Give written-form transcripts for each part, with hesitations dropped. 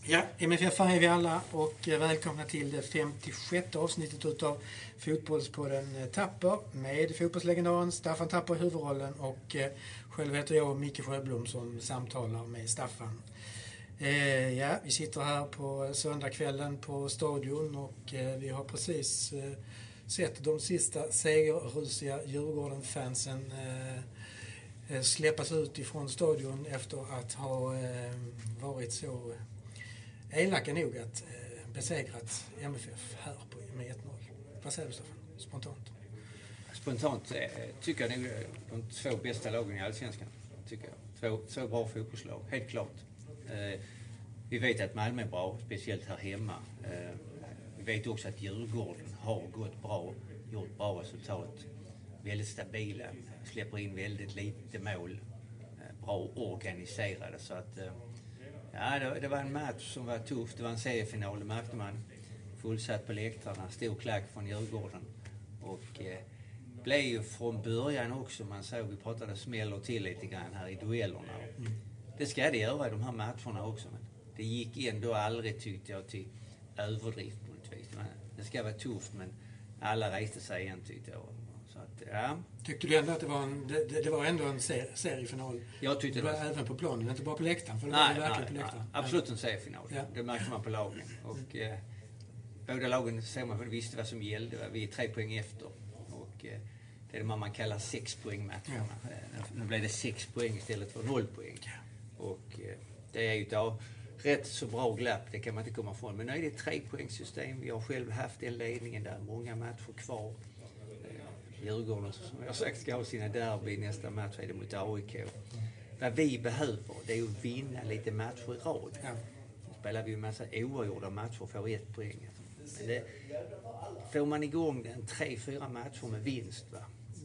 Ja, MFF är vi alla och välkomna till det 56 avsnittet utav Fotbollspodden Tapper med fotbollslegendaren Staffan Tapper i huvudrollen och själv heter jag Micke Sjöblom som samtalar med Staffan. Ja, vi sitter här på söndagskvällen på stadion och vi har precis sett de sista segerrusiga Djurgården-fansen släppas ut ifrån stadion efter att ha varit så elaka nog att besegrat MFF här med 1-0. Vad säger du, Staffan? Spontant? Spontant tycker jag nog de två bästa lagen i Allsvenskan. Tycker jag. Två bra fotbollslag, helt klart. Vi vet att Malmö är bra, speciellt här hemma. Vi vet också att Djurgården har gått bra, gjort bra resultat. Väldigt stabila, släpper in väldigt lite mål. Bra organiserade, så att... Ja, det var en match som var tuff. Det var en seriefinal, märkte man. Fullsatt på läktarna, stor klack från Djurgården. Och blev ju från början också, man såg, vi pratade smäller till lite grann här i duellerna. Det ska det göra i de här matcherna också. Men det gick ändå aldrig, tyckte jag, till överdrift på något vis. Det ska vara tufft, men alla reste sig igen, tyckte jag. Så att, ja. Tyckte du ändå att det var ändå en seriefinal? Jag tyckte det. Även på planen, inte bara på läktaren? För det nej, var verkligen på läktaren. Absolut en seriefinal. Ja. Det märkte man på lagen. Och båda lagen såg man visste vad som gällde. Vi är 3 poäng efter. Och det är det man kallar 6 poäng matcherna. Ja. Nu blev det 6 poäng istället för 0 poäng. Och det är ju ett rätt så bra glapp, det kan man inte komma ifrån. Men nu är det ett 3-poängssystem. Vi har själv haft den ledningen där, många matcher kvar. Djurgården, som jag sagt, ska ha sina derby. Nästa match är det mot AIK. Vad vi behöver, det är att vinna lite matcher i rad. Ja. Så spelar vi en massa oavgjorda matcher och får 1 poäng. Men det, får man igång 3-4 matcher med vinst, va?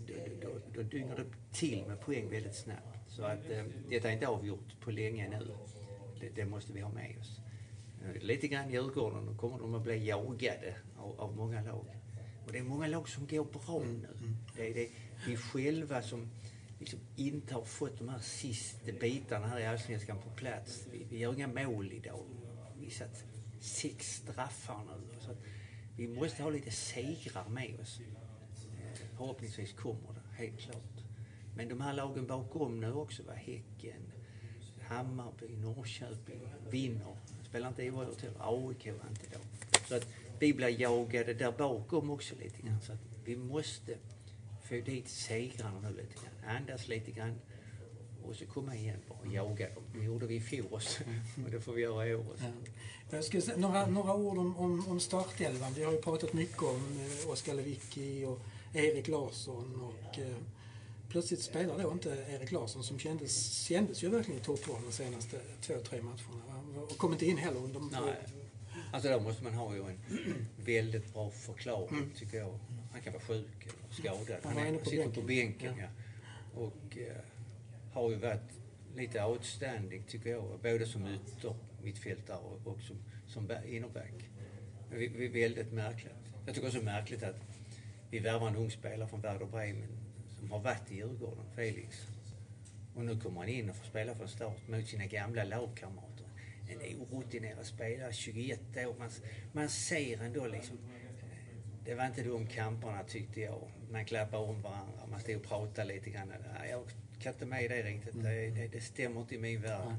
Då dynger det till med poäng väldigt snabbt. Så att detta är inte avgjort på länge nu. Det måste vi ha med oss. Lite grann Djurgården, då kommer de att bli jagade av många lag. Och det är många lag som går bra nu. Det är vi själva som liksom inte har fått de här sista bitarna här i Allsvenskan på plats. Vi gör inga mål idag. Vi satt 6 straffar nu. Så att vi måste ha lite segrar med oss. Förhoppningsvis kommer det, helt klart. Men de här lagen bakom nu också, var Häcken, Hammarby, Norrköping, vinner. Spelar inte oavgjort till AIK var inte då. Så att vi blir jagade där bakom också lite grann. Så att vi måste få dit segrarna nu lite grann. Andas lite grann. Och så komma igen och jaga dem. Det gjorde vi i fjol också. Och det får vi göra i år också. Ja. Jag ska säga några ord om startelvan. Vi har ju pratat mycket om Oskar Lewicki och Erik Larsson. Och plötsligt spelar då inte Erik Larsson, som kändes ju verkligen i toppform de senaste 2-3 matcherna. Och kom inte in heller under de... Nej. Alltså då måste man ha ju en väldigt bra förklaring, tycker jag. Han kan vara sjuk eller skadad. Han sitter på bänken. Ja. Och har ju varit lite outstanding, tycker jag. Både som mittfältare och som innerback. Vi är väldigt märkligt. Jag tycker också märkligt att vi värvar en ung spelare från Werder Bremen som har varit i Djurgården, Felix. Och nu kommer han in och får spela för start mot sina gamla lagkamrater. En orutinerad spelare, 21 år. Man ser ändå liksom... Det var inte de kamperna, tyckte jag. Man klappar om varandra, man stod och pratade lite grann. Jag kan inte med det riktigt. Det stämmer inte i min värld.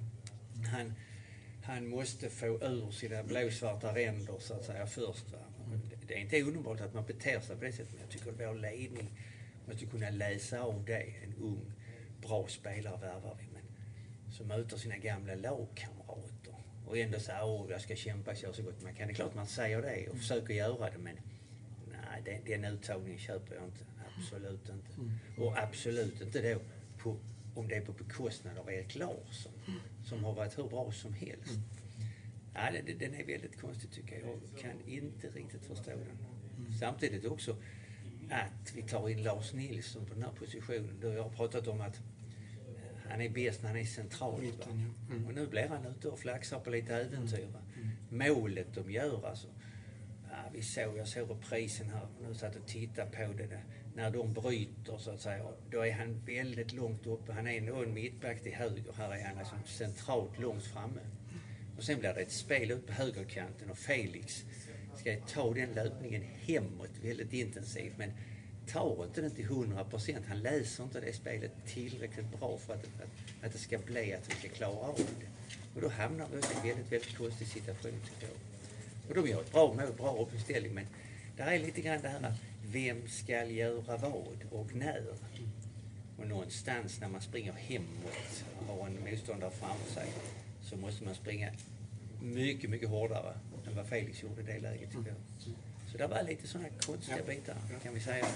Han måste få ur sina blåsvarta ränder, så att säga, först. Va? Det är inte underbart att man beter sig på det sättet, men jag tycker att vår ledning måste kunna läsa av det. En ung, bra spelare värvar vi, men som möter sina gamla lagkamrater. Och ändå säger jag ska kämpa så gott man kan. Det är klart man säger det och försöker göra det, men nej, den uttagningen köper jag inte. Absolut inte. Och absolut inte då om det är på bekostnad av Erik Larsson, som har varit hur bra som helst. Ja, den är väldigt konstig, tycker jag. Jag kan inte riktigt förstå den. Samtidigt också att vi tar in Lars Nilsson på den här positionen. Då jag har pratat om att han är bäst när han är centralt. Och nu blir han ute och flaxar på lite äventyr. Målet de gör, alltså. Ja, jag såg reprisen här. Nu satt och tittade på det. När de bryter, så att säga, då är han väldigt långt uppe. Han är en mittback till höger. Här är han alltså centralt långt framme. Och sen blir det ett spel ut på högerkanten och Felix ska ta den löpningen hemåt väldigt intensivt. Men tar inte den till 100%. Han läser inte det spelet tillräckligt bra för att det ska bli att vi ska klara av det. Och då hamnar vi i en väldigt, väldigt konstig situation tycker jag. Och de gör ett bra mål, bra uppställning, men det är lite grann det här att vem ska göra vad och när? Och någonstans när man springer hemåt och har en motståndare framför sig så måste man springa mycket, mycket hårdare än vad Felix gjorde i det läget tycker jag. Så det var lite sådana konstiga bitar kan vi säga.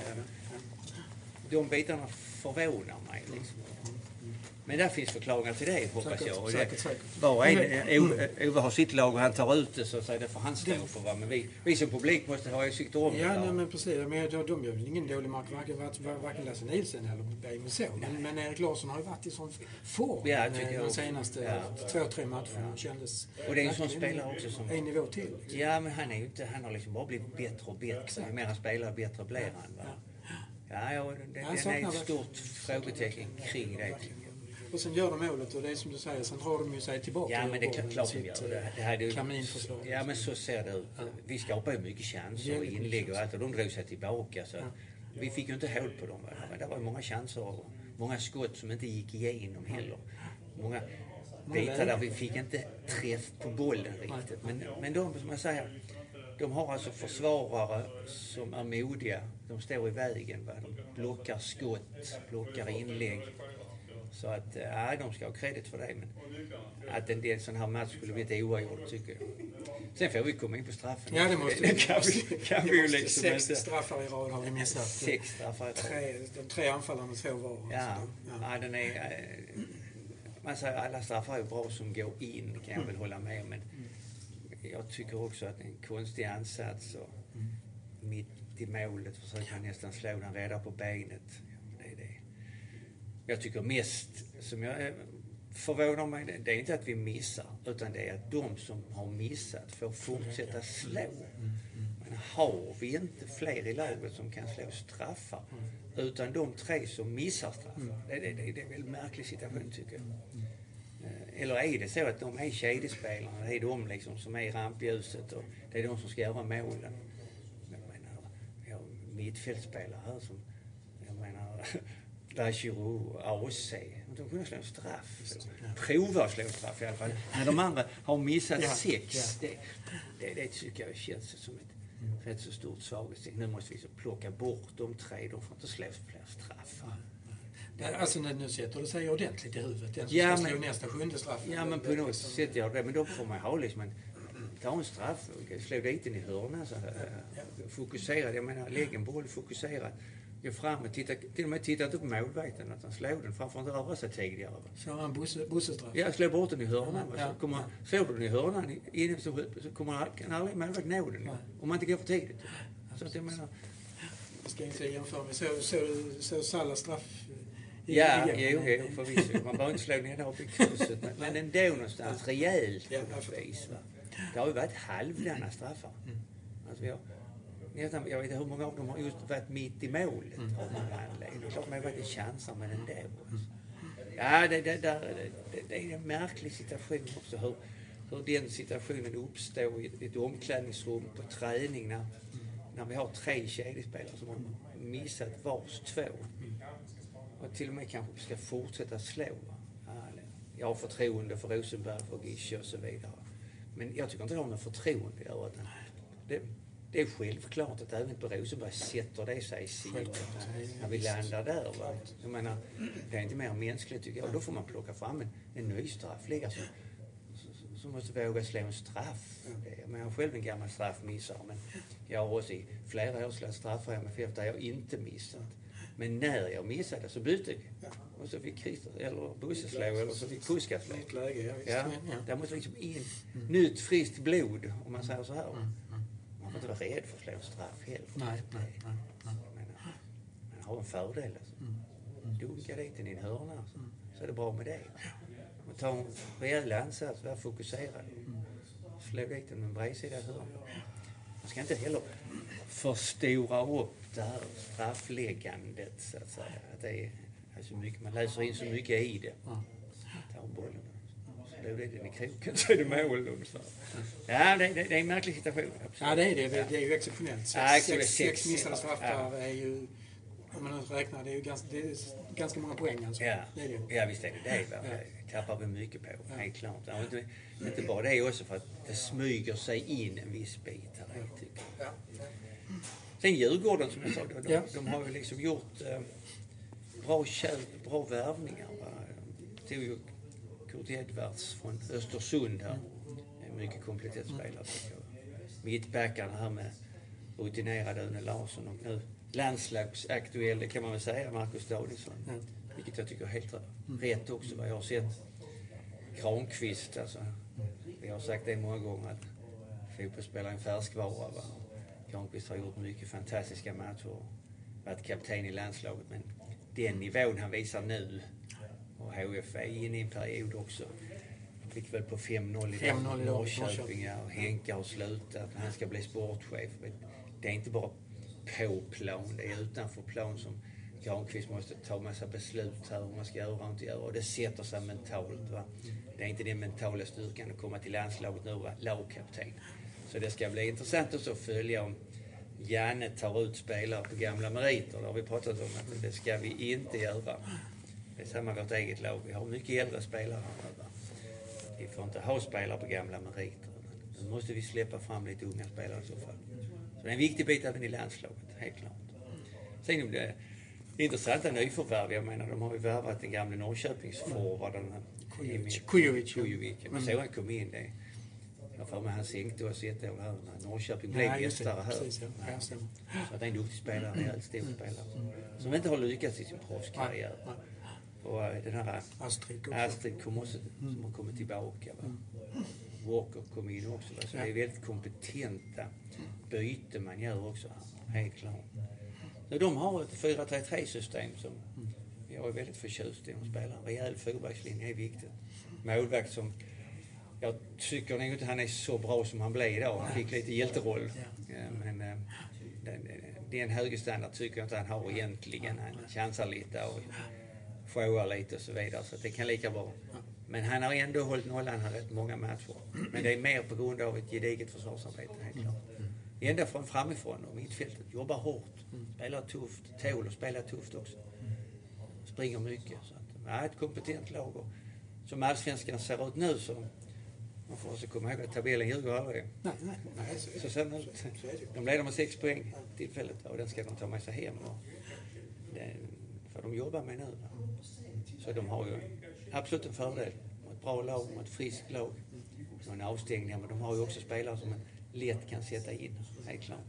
De bitarna förvånar mig liksom. Men där finns förklaringar till det, hoppas jag. Och säkert. Ove har sitt lag och han tar ut det så att säga, det får han stå för. Va? Men vi som publik måste ha åsikter om det. Ja, nej, men precis. Men de gör väl ingen dålig match, varken Lasse Nielsen eller Baby så. Men Erik Larsson har ju varit i sån form de senaste 2-3 matcherna. Kändes och det är ju en sån spelare också som... En nivå till. Liksom. Ja, men han har liksom bara blivit bättre och bättre. Ju mer han spelar, bättre blir han. Va? Ja, det är ett stort frågetecken kring det. Och sen gör de målet och det är som du säger, sen drar de ju sig tillbaka. Ja, men det är klart de gör. Det här är kaminförslag. Ja, men så ser det ut. Ja. Vi skapar ju mycket chanser och inlägg och allt och de drog sig tillbaka. Så vi fick ju inte hål på dem. Men det var många chanser och många skott som inte gick igenom heller. Många bitar där vi fick inte träff på bollen riktigt. Men de, som jag säger, de har alltså försvarare som är modiga. De står i vägen. Va? De blockar skott, blockar inlägg. Så att, de ska ha kredit för det. Men att en del sån här match skulle bli ett oavgjort tycker jag. Sen får vi komma in på straffen. Ja, det måste vi. kan vi ju liksom 6 straffar i rad har vi missat. 6 straffar i rad. 3 anfallare och 2 var. Ja, den är... Man säger alla straffar är bra som går in, kan jag väl hålla med. Men jag tycker också att en konstig ansats och mitt i målet försöker man nästan slå den reda på benet. Jag tycker mest som jag förvånar mig, det är inte att vi missar, utan det är att de som har missat får fortsätta slå. Men har vi inte fler i laget som kan slå straffar, utan de 3 som missar straffar, det är en väldigt märklig situation tycker jag. Eller är det så att de är kedjespelarna, det är de liksom som är i rampljuset och det är de som ska göra målen. Jag menar, vi har mittfältspelare här som, jag menar... Giroud, AC. De kunde slå en straff. Prova att slå en straff i alla fall. När de andra har missat 6. Det tycker jag känns som ett rätt så stort svaghet. Nu måste vi så plocka bort de 3. De får inte slå fler straffar. Alltså när du sätter det sig ordentligt i huvudet. Den som ska slå nästa 7:e straff. Ja, men på något sätt gör det. Men då får man ha liksom ta en straff och slå dit den i hörnan. Fokusera. Jag menar, lägg en boll fokuserat. Gå fram och till och med titta upp på målvakten att han slår den framför att röra sig tidigare. Så han bussestraff? Ja, slå bort den i hörnan. Slår du den i hörnan innan så kommer aldrig målvakten nå den. Om man inte går för tidigt. Så att jag menar... Jag ska inte jämföra med så Salah straff... Ja, förvisso. Man behöver inte slå ner upp i krysset. Men ändå någonstans rejält vis. Det har ju varit halvdana straffar. Alltså vi har... Jag vet inte hur många av dem har just varit mitt i målet av många anledningar. Det är klart man har varit i chanser, men ändå. Ja, det är en märklig situation också. Hur den situationen uppstår i ett omklädningsrum på träning när vi har 3 kedjespelare som har missat vars 2. Och till och med kanske ska fortsätta slå. Jag har förtroende för Rosenberg, för Gische och så vidare. Men jag tycker inte det har med förtroende att göra. Det är självklart att även på Rosenberg sätter det sig i sidan när vi landar där. Va? Jag menar, det är inte mer mänskligt tycker jag. Och då får man plocka fram en ny straffläggare som måste våga slå en straff. Jag har själv en gammal straffmissare, men jag har också i flera år slagit straffar i MFF där jag inte missat. Men när jag missade så bytte jag. Och så fick Christer eller Bosse slå eller så fick Puska slå. Ja, där måste liksom in nytt friskt blod, om man säger så här. Man får inte vara rädd för att slå en straff heller. Nej. Man har en fördel. Alltså. Dunka dit i din hörna. Alltså. Så är det bra med det. Man tar en rejäl ansats, vara fokuserad. Slå dit den med en bredsida hörna. Man ska inte heller förstora upp det här straffläggandet. Så att säga. Att det är så mycket, man läser in så mycket i det. Tar bollen. det är den i kroken så är det mål. Ja, det är en märklig situation. Absolut. Ja, det är det. Det är ju exceptionellt. Sex missade straffar är ju, om man räknar, det är ju ganska många poäng. Alltså. Ja. Det är det. Ja, visst är det. Det tappar vi mycket på, helt klart. Ja, inte bara det också, för att det smyger sig in en viss bit här, tycker jag. Ja. Sen Djurgården, som jag sa, de har ju liksom gjort bra köp, bra värvningar. Tog ju Kurt Edvards från Östersund här. Mycket komplett spelare, tycker jag. Mittbackarna här med rutinerade Une Larsson och nu landslagsaktuell, kan man väl säga, Marcus Danielsson. Vilket jag tycker är helt rätt också, vad jag har sett. Granqvist, alltså. Vi har sagt det många gånger att fotbollsspelare är en färskvara. Granqvist har gjort mycket fantastiska matcher och varit kapten i landslaget, men den nivån han visar nu, och HF är inne i en period också. Han fick väl på 5-0 i Norrköping och Henke har slutat. Han ska bli sportchef. Det är inte bara på plan, det är utanför plan som Granqvist måste ta massa beslut här hur man ska göra och inte göra. Och det sätter sig mentalt. Va? Det är inte den mentala styrkan att komma till landslaget nu och vara lagkapten. Så det ska bli intressant att följa om Janne tar ut spelare på gamla meriter. Det har vi pratat om att det ska vi inte göra. Det är samma vårt eget lag. Vi har mycket äldre spelare. Vi får inte ha spelare på gamla meriter. Nu måste vi släppa fram lite unga spelare i så fall. Så det är en viktig bit även i landslaget, helt klart. Sen är det intressanta nyförvärv. Jag menar, de har ju värvat den gamla Norrköpingsforwarden. Kujovic. Men så han kom in det. Jag får med han sänkte oss ett år här när Norrköping blev mästare här. Precis, ja. Så att det är en duktig spelare, en helt stor spelare. Som inte har lyckats i sin proffskarriär. Och den här Astrid kom också, som har kommit tillbaka. Va? Walker kom in också. Va? Så det är väldigt kompetenta byte man gör också, helt klart. Så de har ett 4-3-3-system som jag är väldigt förtjust i. De spelar en rejäl fyrbackslinje, är viktigt. Målvakt som jag tycker nog inte han är så bra som han blev idag. Han fick lite hjälteroll. Men den höga standard tycker jag inte han har egentligen. Han chansar lite och showar lite och så vidare. Så det kan lika bra. Men han har ändå hållit nollan här rätt många matcher. Men det är mer på grund av ett gediget försvarsarbete, helt klart. Ända från framifrån och mittfältet. Jobbar hårt. Spelar tufft. Tål och spelar tufft också. Springer mycket. Så att, ett kompetent lag. Och som allsvenskan ser ut nu så man får också komma ihåg att tabellen ljuger aldrig. Nej. Så ser det ut. De leder med 6 poäng tillfället och den ska de ta med sig hem. Och för de jobbar med nu. Så de har ju absolut en fördel. Ett bra lag, ett friskt lag. Och en avstängning, men de har ju också spelare som man lätt kan sätta in, helt klart.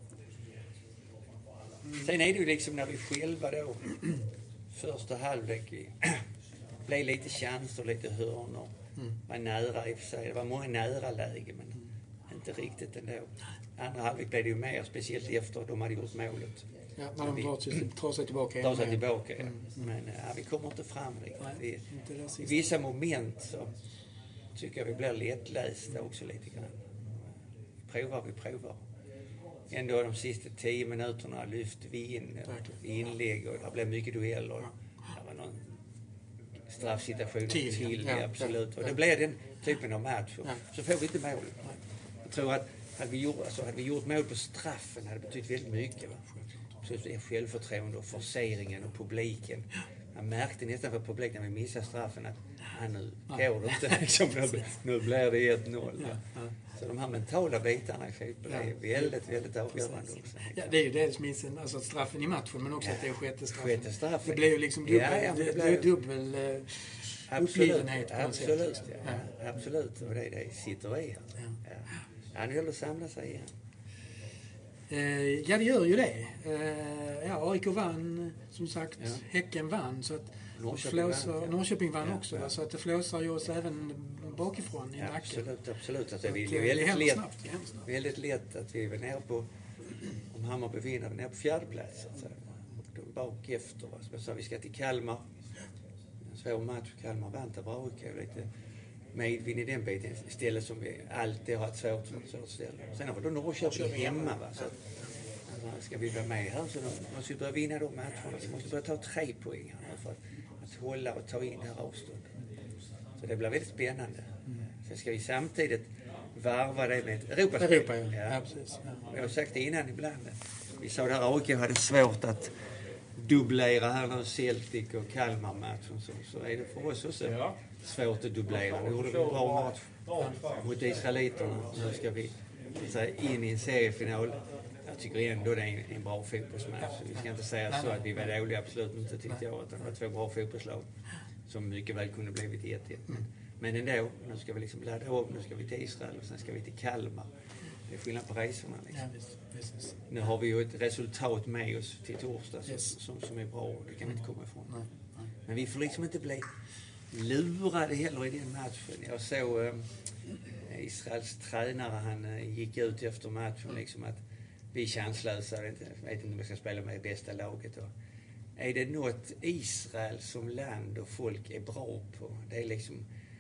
Sen är det ju liksom när vi själva då första halvlek blev lite chanser, lite hörnor. Var nära i och för sig. Det var många nära läge, men inte riktigt ändå. Andra halvlek blev det ju mer, speciellt efter de hade gjort målet. Ja, när de tar sig tillbaka. Ja. Men vi kommer inte fram riktigt. I vissa moment så tycker jag vi blir lättlästa också lite grann. Vi provar. Ändå de sista 10 minuterna lyfte vi in inlägg och det blev mycket dueller. Det var någon straffsituation till absolut. Och det blev den typen av match. Så får vi inte mål. Jag tror att hade vi gjort mål på straffen hade det betytt väldigt mycket. Va? Så det är självförtroende och forceringen och publiken. Man märkte nästan på publiken när vi missade straffen att nu går det inte. Liksom, nu blir det 1-0. Så de här mentala bitarna i fotboll är väldigt, väldigt avgörande. Ja, det är ju dels minst alltså straffen i matchen, men också att det är sjätte straffen. Det blir ju liksom dubbel uppgivenhet. Absolut. Och det sitter i här. Han gäller att samla sig igen. Ja, det gör ju det. AIK vann, som sagt. Ja. Häcken vann. Så att Norrköping vann också. Ja. Så att det flåsar ju oss även bakifrån i nacken. Absolut. Alltså, det är väldigt lätt att vi är nere på, om Hammarby vinner, vi är nere på 4:e plats. Då bak efter. Så vi ska till Kalmar. En svår match. Kalmar vann till AIK lite medvinn i den biten istället som vi alltid har ett svårt ställe. Sen har vi då Norrköping hemma. Va? Så ska vi vara med här så måste vi börja vinna de matcherna. Vi måste börja ta 3 poäng här för att hålla och ta in det här avståndet. Så det blir väldigt spännande. Sen ska vi samtidigt varva det med Europa, ja, precis. Ja. Jag har sagt det innan ibland. Vi sa där AIK hade svårt att dubblera här nu Celtic och Kalmar-matchen. Så är det för oss också svårt att dubblera. Vi gjorde en bra match mot israeliterna. Nu ska vi in i en seriefinal. Jag tycker ändå det är en bra fotbollsmatch. Vi ska inte säga så att vi var dåliga, absolut inte tyckte jag. Att det var 2 bra fotbollslag som mycket väl kunde blivit 1-1. Men ändå, nu ska vi liksom ladda upp, nu ska vi till Israel och sen ska vi till Kalmar. Det är skillnad på resorna. Liksom. Ja, visst. Nu har vi ju ett resultat med oss till torsdag som är bra. Det kan vi inte komma ifrån. Nej. Men vi får liksom inte bli lurade heller i den matchen. Jag såg Israels tränare, han gick ut efter matchen liksom att vi är chanslösa. Jag vet inte om vi ska spela med det bästa laget. Och är det något Israel som land och folk är bra på? Det är liksom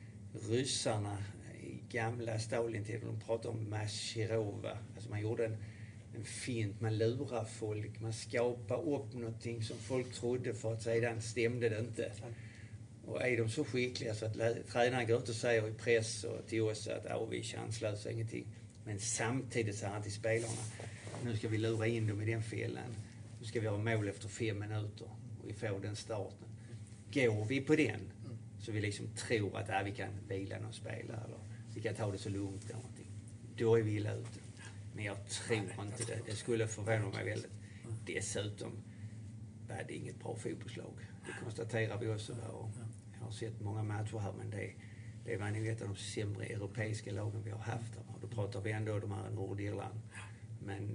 ryssarna i gamla Stalin-tiden. De pratade om Mashirova. Alltså man gjorde en fint, man lurar folk. Man skapar upp någonting som folk trodde för att sedan stämde det inte. Och är de så skickliga så att tränaren går ut och säger i press och till oss att vi är chanslösa, ingenting. Men samtidigt säger han till spelarna, nu ska vi lura in dem i den fällan. Nu ska vi ha mål efter 5 minuter och vi får den starten. Går vi på den så vi liksom tror att vi kan vila någon spelare eller vi kan ta det så lugnt eller någonting. Då är vi illa ute. Men jag tror inte det. Det skulle förvåna mig väldigt. Dessutom var det inget bra fotbollslag. Det konstaterar vi också. Jag har sett många matcher här, men det var nog ett av de sämre europeiska lagen vi har haft. Och då pratar vi ändå om de här Nordirland. Men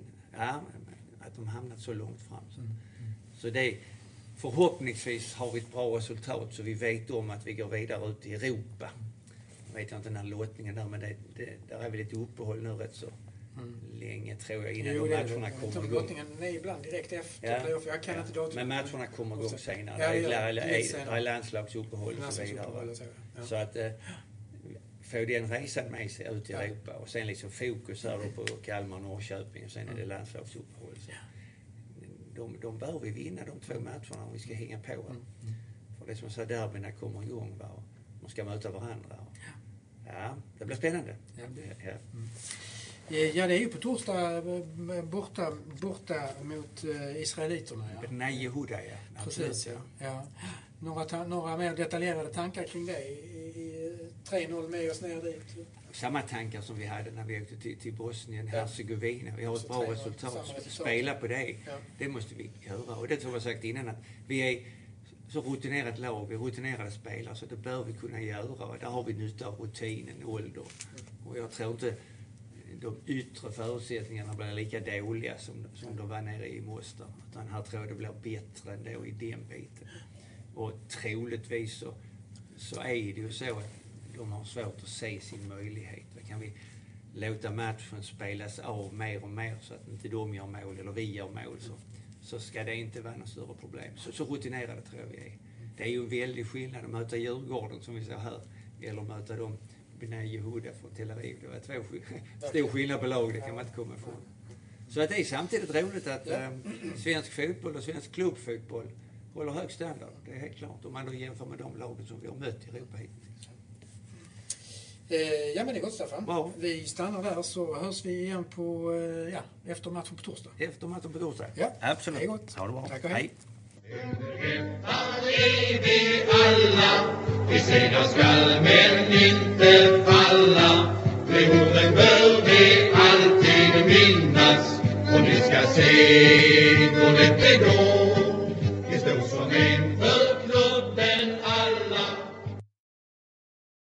att de hamnat så långt fram. Så det, förhoppningsvis har vi ett bra resultat så vi vet om att vi går vidare ut i Europa. Jag vet inte när lottningen där, men där är väl ett uppehåll nu rätt så länge tror jag innan matcherna kommer igång. Lottningen är ibland direkt efter. Jag kan inte datum. Men matcherna kommer igång senare. Det är landslagsuppehåll och så vidare. Så att få den resan med sig ut i Europa och sen liksom fokus här på Kalmar och Norrköping och sen är det landslagsuppehåll. De bör vi vinna de 2 matcherna om vi ska hänga på. För det som jag sa, derbyna kommer igång. De ska möta varandra. Ja, det blir spännande. Ja, det är ju på torsdag borta mot israeliterna. Ja. Nej, Jehuda, Precis, ja. Några mer detaljerade tankar kring det? 3-0 med oss ner dit. Samma tankar som vi hade när vi åkte till Bosnien, Herzegovina. Vi har ett bra resultat. Spela på det. Ja. Det måste vi göra. Och det som jag sagt innan att vi är så rutinerat lag, vi är rutinerade spelare så det bör vi kunna göra. Där har vi nytta av rutinen, ålder. Och jag tror inte de yttre förutsättningarna blir lika dåliga som de var nere i Mostar. Utan här tror jag det blir bättre ändå i den biten. Och troligtvis så är det ju så att de har svårt att se sin möjlighet. Då kan vi låta matchen spelas av mer och mer så att inte de gör mål eller vi gör mål så ska det inte vara något större problem. Så rutinerade tror jag vi är. Det är ju en väldig skillnad att möta Djurgården som vi ser här eller möta dem Bnei Yehuda från Tel Aviv. Det var stor skillnad på lag, det kan man inte komma ifrån. Så att det är samtidigt roligt att svensk fotboll och svensk klubbfotboll håller hög standard. Det är helt klart. Om man då jämför med de lagen som vi har mött i Europa hittills. Ja, men det är gott, Staffan. Bra. Vi stannar där så hörs vi igen på efter matchen på torsdag. Efter matchen på torsdag? Ja, absolut. Det är gott. Ha det bra. Tack och hej. Vi alla, vi segrar skall men inte falla. De orden bör vi alltid minnas och ni ska se då det går.